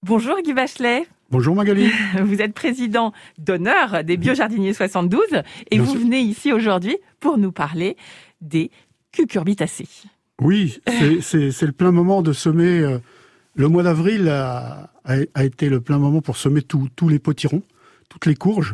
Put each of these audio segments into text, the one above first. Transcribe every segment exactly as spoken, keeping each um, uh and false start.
Bonjour Guy Bachelet. Bonjour Magali. Vous êtes président d'honneur des Biojardiniers soixante-douze et Bien vous sûr. venez ici aujourd'hui pour nous parler des cucurbitacées. Oui, c'est, c'est, c'est le plein moment de semer. euh, Le mois d'avril a, a, a été le plein moment pour semer tout- tous les potirons, toutes les courges.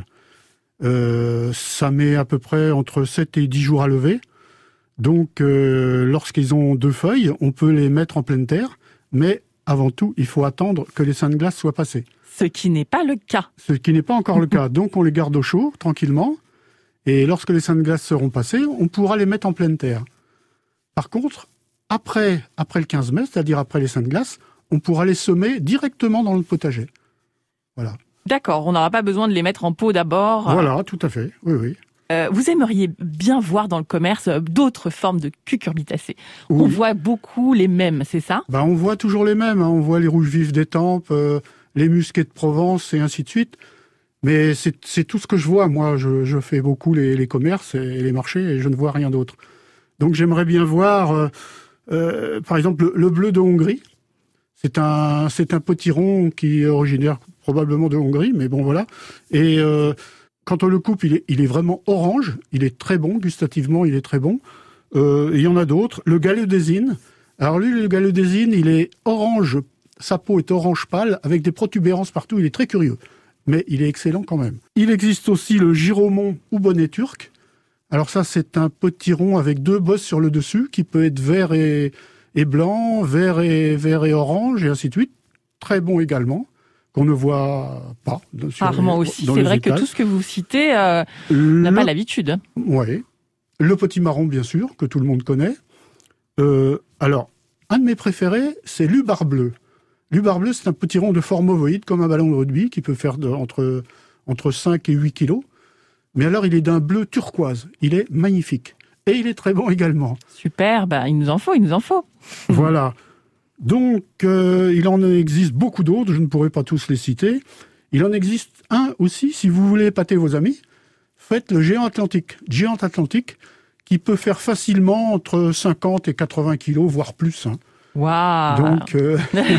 Euh, ça met à peu près entre sept et dix jours à lever. Donc, euh, lorsqu'ils ont deux feuilles, on peut les mettre en pleine terre. Mais avant tout, il faut attendre que les seins de glace soient passés. Ce qui n'est pas le cas. Ce qui n'est pas encore le cas. Donc, on les garde au chaud, tranquillement. Et lorsque les seins de glace seront passés, on pourra les mettre en pleine terre. Par contre, après, après le quinze mai, c'est-à-dire après les seins de glace, on pourra les semer directement dans le potager. Voilà. D'accord, on n'aura pas besoin de les mettre en pot d'abord. Voilà, tout à fait. Oui, oui. Euh, vous aimeriez bien voir dans le commerce euh, d'autres formes de cucurbitacées. On Oui. voit beaucoup les mêmes, c'est ça? Ben, on voit toujours les mêmes. hein. On voit les rouges vifs d'Étampes, euh, les musquets de Provence et ainsi de suite. Mais c'est, c'est tout ce que je vois. Moi, je, je fais beaucoup les, les commerces et les marchés et je ne vois rien d'autre. Donc, j'aimerais bien voir, euh, euh, par exemple, le, le bleu de Hongrie. C'est un, c'est un potiron qui est originaire probablement de Hongrie, mais bon, voilà. Et euh, quand on le coupe, il est, il est vraiment orange. Il est très bon, gustativement, il est très bon. Euh, il y en a d'autres. Le galodésine. Alors lui, le galodésine, il est orange. Sa peau est orange pâle, avec des protubérances partout. Il est très curieux, mais il est excellent quand même. Il existe aussi le giromon ou bonnet turc. Alors ça, c'est un potiron avec deux bosses sur le dessus, qui peut être vert et, et blanc, vert et, vert et orange, et ainsi de suite. Très bon également, qu'on ne voit pas. Sur Rarement les- aussi. dans C'est les vrai que étals. tout ce que vous citez euh, n'a Le- pas l'habitude. Ouais. Le potimarron, bien sûr, que tout le monde connaît. Euh, alors, un de mes préférés, c'est l'ubar bleu. L'ubar bleu, c'est un potiron de forme ovoïde, comme un ballon de rugby, qui peut faire de- entre, entre cinq et huit kilos. Mais alors, il est d'un bleu turquoise. Il est magnifique. Et il est très bon également. Super, bah, il nous en faut, il nous en faut. Voilà. Donc, euh, il en existe beaucoup d'autres. Je ne pourrais pas tous les citer. Il en existe un aussi, si vous voulez épater vos amis, faites le géant atlantique. Géant atlantique, qui peut faire facilement entre cinquante et quatre-vingts kilos, voire plus. hein. Waouh. Donc, euh,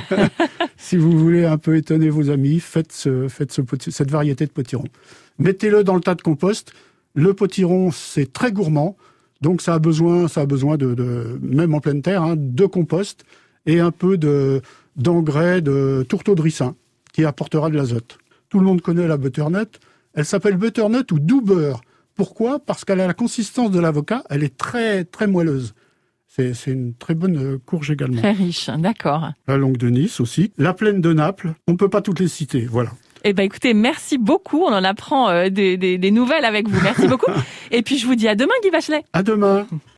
si vous voulez un peu étonner vos amis, faites, ce, faites ce poti- cette variété de potiron. Mettez-le dans le tas de compost. Le potiron, c'est très gourmand. Donc, ça a besoin, ça a besoin de, de même en pleine terre, hein, de compost et un peu de, d'engrais de tourteau de ricin qui apportera de l'azote. Tout le monde connaît la butternut. Elle s'appelle butternut ou doux beurre. Pourquoi ? Parce qu'elle a la consistance de l'avocat. Elle est très, très moelleuse. C'est, c'est une très bonne euh, courge également. Très riche, d'accord. La longue de Nice aussi. La plaine de Naples. On ne peut pas toutes les citer. Voilà. Eh ben écoutez, merci beaucoup. On en apprend euh, des, des, des nouvelles avec vous. Merci beaucoup. Et puis je vous dis à demain, Guy Bachelet. À demain.